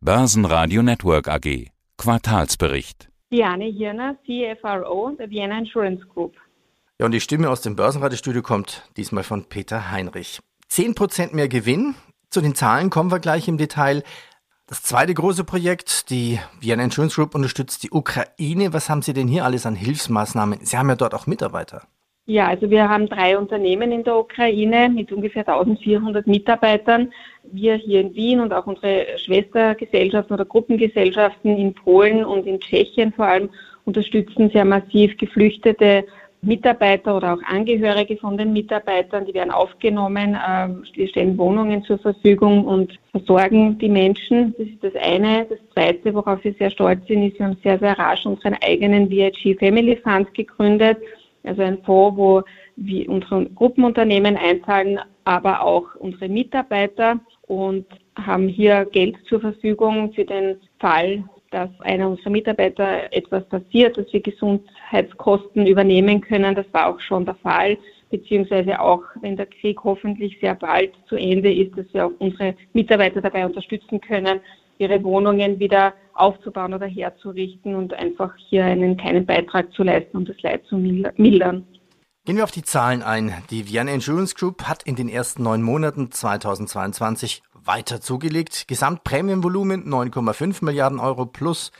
Börsenradio Network AG. Quartalsbericht. Diane Hirner, CFRO der Vienna Insurance Group. Ja, und die Stimme aus dem Börsenradiostudio kommt diesmal von Peter Heinrich. 10% mehr Gewinn. Zu den Zahlen kommen wir gleich im Detail. Das zweite große Projekt, die Vienna Insurance Group unterstützt die Ukraine. Was haben Sie denn hier alles an Hilfsmaßnahmen? Sie haben ja dort auch Mitarbeiter. Ja, also wir haben 3 Unternehmen in der Ukraine mit ungefähr 1400 Mitarbeitern. Wir hier in Wien und auch unsere Schwestergesellschaften oder Gruppengesellschaften in Polen und in Tschechien vor allem unterstützen sehr massiv geflüchtete Mitarbeiter oder auch Angehörige von den Mitarbeitern. Die werden aufgenommen, wir stellen Wohnungen zur Verfügung und versorgen die Menschen. Das ist das eine. Das zweite, worauf wir sehr stolz sind, ist, wir haben sehr, sehr rasch unseren eigenen VIG Family Fund gegründet. Also ein Fonds, wo wir unsere Gruppenunternehmen einzahlen, aber auch unsere Mitarbeiter und haben hier Geld zur Verfügung für den Fall, dass einer unserer Mitarbeiter etwas passiert, dass wir Gesundheitskosten übernehmen können. Das war auch schon der Fall, beziehungsweise auch, wenn der Krieg hoffentlich sehr bald zu Ende ist, dass wir auch unsere Mitarbeiter dabei unterstützen können, ihre Wohnungen wieder aufzubauen oder herzurichten und einfach hier einen kleinen Beitrag zu leisten, um das Leid zu mildern. Gehen wir auf die Zahlen ein. Die Vienna Insurance Group hat in den ersten 9 Monaten 2022 weiter zugelegt. Gesamtprämienvolumen 9,5 Milliarden Euro plus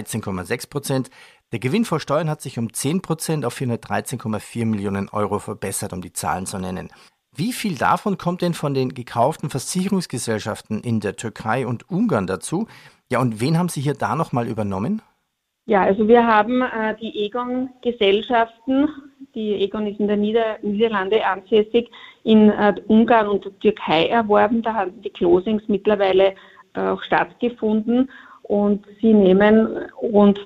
13,6%. Der Gewinn vor Steuern hat sich um 10% auf 413,4 Millionen Euro verbessert, um die Zahlen zu nennen. Wie viel davon kommt denn von den gekauften Versicherungsgesellschaften in der Türkei und Ungarn dazu? Ja, und wen haben Sie hier da nochmal übernommen? Ja, also wir haben die Egon-Gesellschaften, die Egon ist in der Niederlande ansässig, in Ungarn und der Türkei erworben. Da haben die Closings mittlerweile auch stattgefunden und sie nehmen rund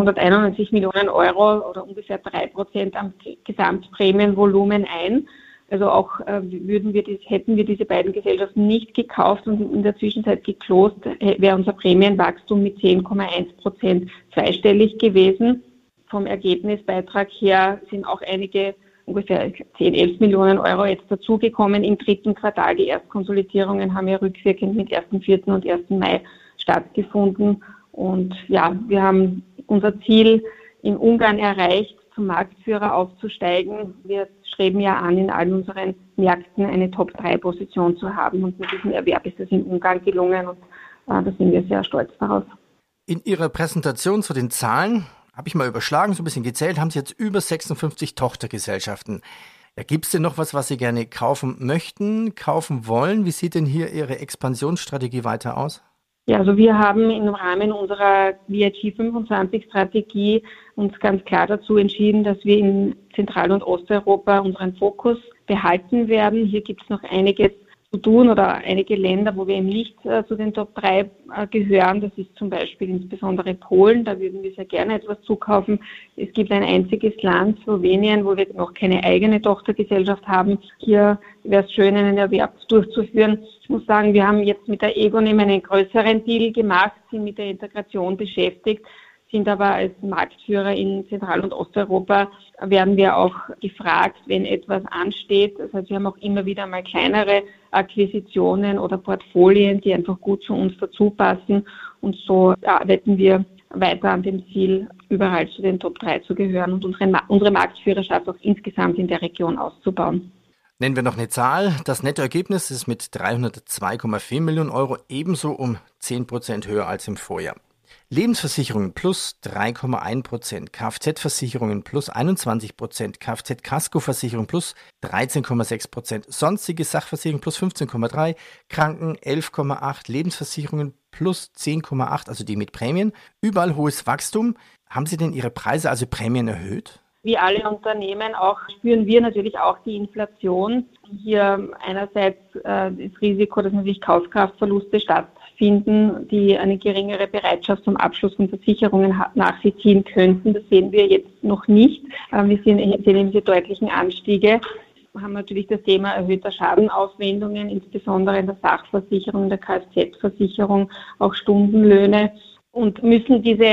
291 Millionen Euro oder ungefähr 3% am Gesamtprämienvolumen ein. Also auch hätten wir diese beiden Gesellschaften nicht gekauft und in der Zwischenzeit geclosed, wäre unser Prämienwachstum mit 10,1% zweistellig gewesen. Vom Ergebnisbeitrag her sind auch einige, ungefähr 10-11 Millionen Euro jetzt dazugekommen im 3. Quartal. Die Erstkonsolidierungen haben ja rückwirkend mit 1.4. und 1. Mai stattgefunden. Und ja, wir haben unser Ziel in Ungarn erreicht, zum Marktführer aufzusteigen. Wir streben ja an, in allen unseren Märkten eine Top-3-Position zu haben. Und mit diesem Erwerb ist es in Ungarn gelungen und da sind wir sehr stolz darauf. In Ihrer Präsentation zu den Zahlen, habe ich mal überschlagen, so ein bisschen gezählt, haben Sie jetzt über 56 Tochtergesellschaften. Ja, gibt es denn noch was Sie gerne kaufen möchten, kaufen wollen? Wie sieht denn hier Ihre Expansionsstrategie weiter aus? Ja, also wir haben im Rahmen unserer VIG 25-Strategie uns ganz klar dazu entschieden, dass wir in Zentral- und Osteuropa unseren Fokus behalten werden. Hier gibt es noch einiges zu tun oder einige Länder, wo wir eben nicht zu den Top 3 gehören. Das ist zum Beispiel insbesondere Polen, da würden wir sehr gerne etwas zukaufen. Es gibt ein einziges Land, Slowenien, wo wir noch keine eigene Tochtergesellschaft haben. Hier wäre es schön, einen Erwerb durchzuführen. Ich muss sagen, wir haben jetzt mit der Egon eben einen größeren Deal gemacht, sind mit der Integration beschäftigt, sind aber als Marktführer in Zentral- und Osteuropa, werden wir auch gefragt, wenn etwas ansteht. Das heißt, wir haben auch immer wieder mal kleinere Akquisitionen oder Portfolien, die einfach gut zu uns dazu passen. Und so arbeiten wir weiter an dem Ziel, überall zu den Top 3 zu gehören und unsere Marktführerschaft auch insgesamt in der Region auszubauen. Nennen wir noch eine Zahl. Das Nettoergebnis ist mit 302,4 Millionen Euro ebenso um 10% höher als im Vorjahr. Lebensversicherungen plus 3,1%, Kfz-Versicherungen plus 21%, Kfz-Kaskoversicherung plus 13,6%, sonstige Sachversicherung plus 15,3%, Kranken 11,8%, Lebensversicherungen plus 10,8%, also die mit Prämien. Überall hohes Wachstum. Haben Sie denn Ihre Preise, also Prämien, erhöht? Wie alle Unternehmen auch spüren wir natürlich auch die Inflation. Hier einerseits das Risiko, dass natürlich Kaufkraftverluste stattfinden, die eine geringere Bereitschaft zum Abschluss von Versicherungen nach sich ziehen könnten. Das sehen wir jetzt noch nicht. Wir sehen eben diese deutlichen Anstiege. Wir haben natürlich das Thema erhöhter Schadenaufwendungen, insbesondere in der Sachversicherung, in der Kfz-Versicherung, auch Stundenlöhne und müssen diese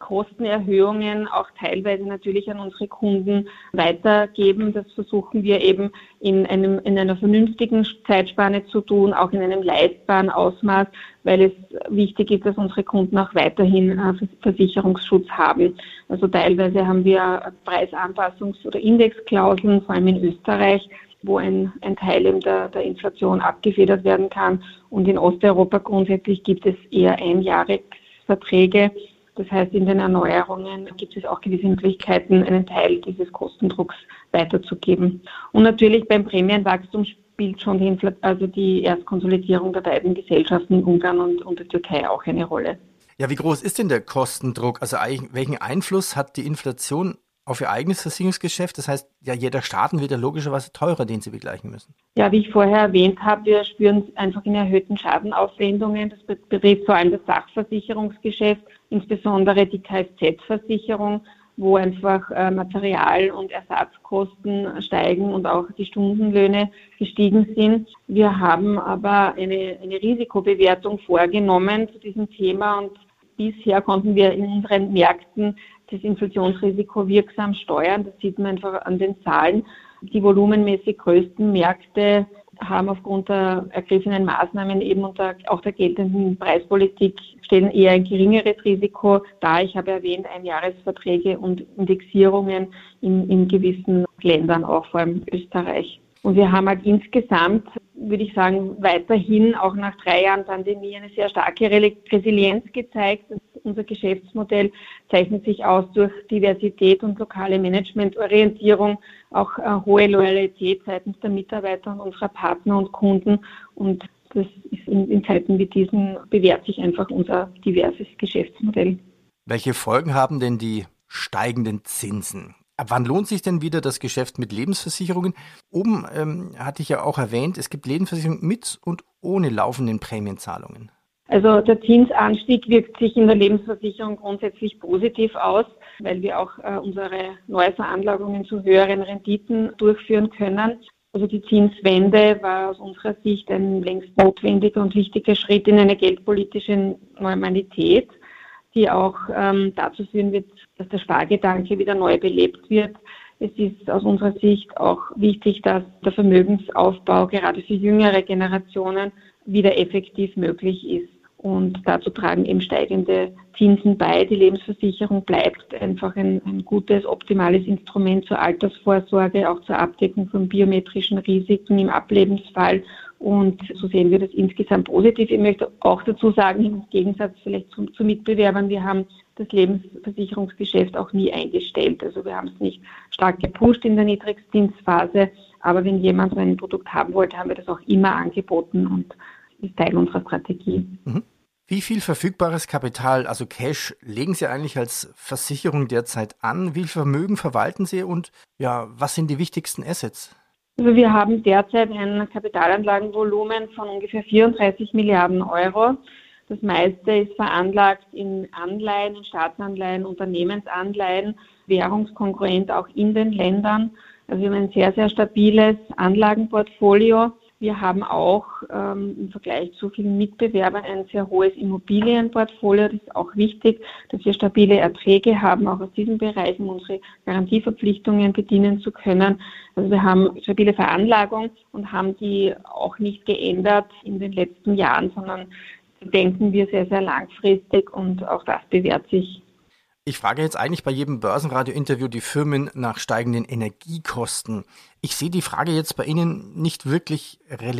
Kostenerhöhungen auch teilweise natürlich an unsere Kunden weitergeben. Das versuchen wir eben in einer vernünftigen Zeitspanne zu tun, auch in einem leistbaren Ausmaß, weil es wichtig ist, dass unsere Kunden auch weiterhin Versicherungsschutz haben. Also teilweise haben wir Preisanpassungs- oder Indexklauseln, vor allem in Österreich, wo ein Teil eben der Inflation abgefedert werden kann. Und in Osteuropa grundsätzlich gibt es eher Einjahresverträge. Das heißt, in den Erneuerungen gibt es auch gewisse Möglichkeiten, einen Teil dieses Kostendrucks weiterzugeben. Und natürlich beim Prämienwachstum spielt schon die Erstkonsolidierung der beiden Gesellschaften in Ungarn und der Türkei auch eine Rolle. Ja, wie groß ist denn der Kostendruck? Also welchen Einfluss hat die Inflation auf Ihr eigenes Versicherungsgeschäft? Das heißt, ja, jeder Schaden wird ja logischerweise teurer, den Sie begleichen müssen. Ja, wie ich vorher erwähnt habe, wir spüren einfach in erhöhten Schadenaufwendungen. Das betrifft vor allem das Sachversicherungsgeschäft, insbesondere die Kfz-Versicherung, wo einfach Material- und Ersatzkosten steigen und auch die Stundenlöhne gestiegen sind. Wir haben aber eine Risikobewertung vorgenommen zu diesem Thema und bisher konnten wir in unseren Märkten das Inflationsrisiko wirksam steuern. Das sieht man einfach an den Zahlen. Die volumenmäßig größten Märkte haben aufgrund der ergriffenen Maßnahmen eben unter auch der geltenden Preispolitik stellen eher ein geringeres Risiko dar. Ich habe erwähnt, Einjahresverträge und Indexierungen in gewissen Ländern, auch vor allem Österreich. Und wir haben halt insgesamt, würde ich sagen, weiterhin auch nach 3 Jahren Pandemie eine sehr starke Resilienz gezeigt. Unser Geschäftsmodell zeichnet sich aus durch Diversität und lokale Managementorientierung, auch hohe Loyalität seitens der Mitarbeiter und unserer Partner und Kunden. Und das ist in Zeiten wie diesen bewährt sich einfach unser diverses Geschäftsmodell. Welche Folgen haben denn die steigenden Zinsen? Ab wann lohnt sich denn wieder das Geschäft mit Lebensversicherungen? Oben hatte ich ja auch erwähnt, es gibt Lebensversicherungen mit und ohne laufenden Prämienzahlungen. Also der Zinsanstieg wirkt sich in der Lebensversicherung grundsätzlich positiv aus, weil wir auch unsere Neuveranlagungen zu höheren Renditen durchführen können. Also die Zinswende war aus unserer Sicht ein längst notwendiger und wichtiger Schritt in eine geldpolitische Normalität, die auch dazu führen wird, dass der Spargedanke wieder neu belebt wird. Es ist aus unserer Sicht auch wichtig, dass der Vermögensaufbau gerade für jüngere Generationen wieder effektiv möglich ist. Und dazu tragen eben steigende Zinsen bei. Die Lebensversicherung bleibt einfach ein gutes, optimales Instrument zur Altersvorsorge, auch zur Abdeckung von biometrischen Risiken im Ablebensfall. Und so sehen wir das insgesamt positiv. Ich möchte auch dazu sagen, im Gegensatz vielleicht zu Mitbewerbern, wir haben das Lebensversicherungsgeschäft auch nie eingestellt. Also wir haben es nicht stark gepusht in der Niedrigzinsphase. Aber wenn jemand so ein Produkt haben wollte, haben wir das auch immer angeboten und ist Teil unserer Strategie. Wie viel verfügbares Kapital, also Cash, legen Sie eigentlich als Versicherung derzeit an? Wie viel Vermögen verwalten Sie und ja, was sind die wichtigsten Assets? Also wir haben derzeit ein Kapitalanlagenvolumen von ungefähr 34 Milliarden Euro. Das meiste ist veranlagt in Anleihen, in Staatsanleihen, Unternehmensanleihen, währungskonkurrent auch in den Ländern. Also wir haben ein sehr, sehr stabiles Anlagenportfolio. Wir haben auch im Vergleich zu vielen Mitbewerbern ein sehr hohes Immobilienportfolio. Das ist auch wichtig, dass wir stabile Erträge haben, auch aus diesem Bereich, um unsere Garantieverpflichtungen bedienen zu können. Also wir haben stabile Veranlagung und haben die auch nicht geändert in den letzten Jahren, sondern denken wir sehr, sehr langfristig und auch das bewährt sich. Ich frage jetzt eigentlich bei jedem Börsenradio-Interview die Firmen nach steigenden Energiekosten. Ich sehe die Frage jetzt bei Ihnen nicht wirklich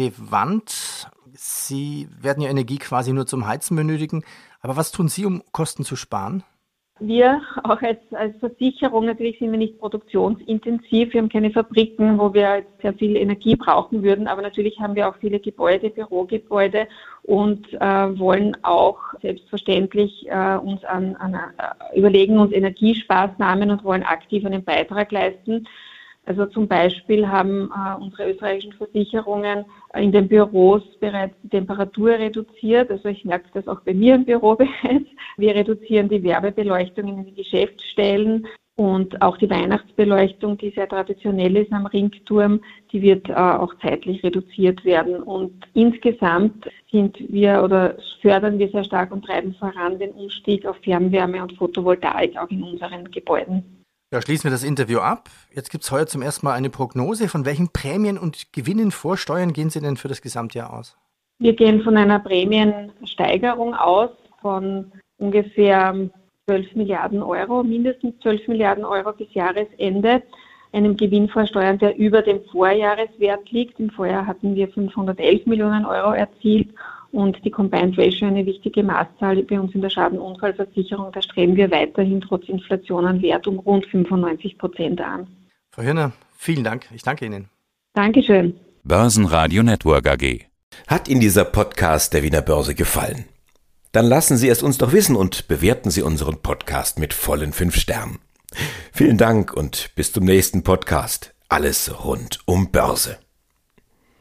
relevant. Sie werden ja Energie quasi nur zum Heizen benötigen. Aber was tun Sie, um Kosten zu sparen? Wir auch als Versicherung, natürlich sind wir nicht produktionsintensiv, wir haben keine Fabriken, wo wir sehr viel Energie brauchen würden, aber natürlich haben wir auch viele Gebäude, Bürogebäude und wollen auch selbstverständlich überlegen uns Energiesparmaßnahmen und wollen aktiv einen Beitrag leisten. Also zum Beispiel haben unsere österreichischen Versicherungen in den Büros bereits die Temperatur reduziert. Also ich merke das auch bei mir im Büro bereits. Wir reduzieren die Werbebeleuchtung in den Geschäftsstellen Und auch die Weihnachtsbeleuchtung, die sehr traditionell ist am Ringturm, die wird auch zeitlich reduziert werden. Und insgesamt fördern wir sehr stark und treiben voran den Umstieg auf Fernwärme und Photovoltaik auch in unseren Gebäuden. Ja, schließen wir das Interview ab. Jetzt gibt es heuer zum ersten Mal eine Prognose. Von welchen Prämien und Gewinnen vor Steuern gehen Sie denn für das Gesamtjahr aus? Wir gehen von einer Prämiensteigerung aus von ungefähr 12 Milliarden Euro, mindestens 12 Milliarden Euro bis Jahresende, einem Gewinn vor Steuern, der über dem Vorjahreswert liegt. Im Vorjahr hatten wir 511 Millionen Euro erzielt und die Combined Ratio, eine wichtige Maßzahl bei uns in der Schadenunfallversicherung, da streben wir weiterhin trotz Inflation einen Wert um rund 95% an. Frau Hürner, vielen Dank. Ich danke Ihnen. Dankeschön. Börsenradio Network AG. Hat Ihnen dieser Podcast der Wiener Börse gefallen? Dann lassen Sie es uns doch wissen und bewerten Sie unseren Podcast mit vollen 5 Sternen. Vielen Dank und bis zum nächsten Podcast. Alles rund um Börse.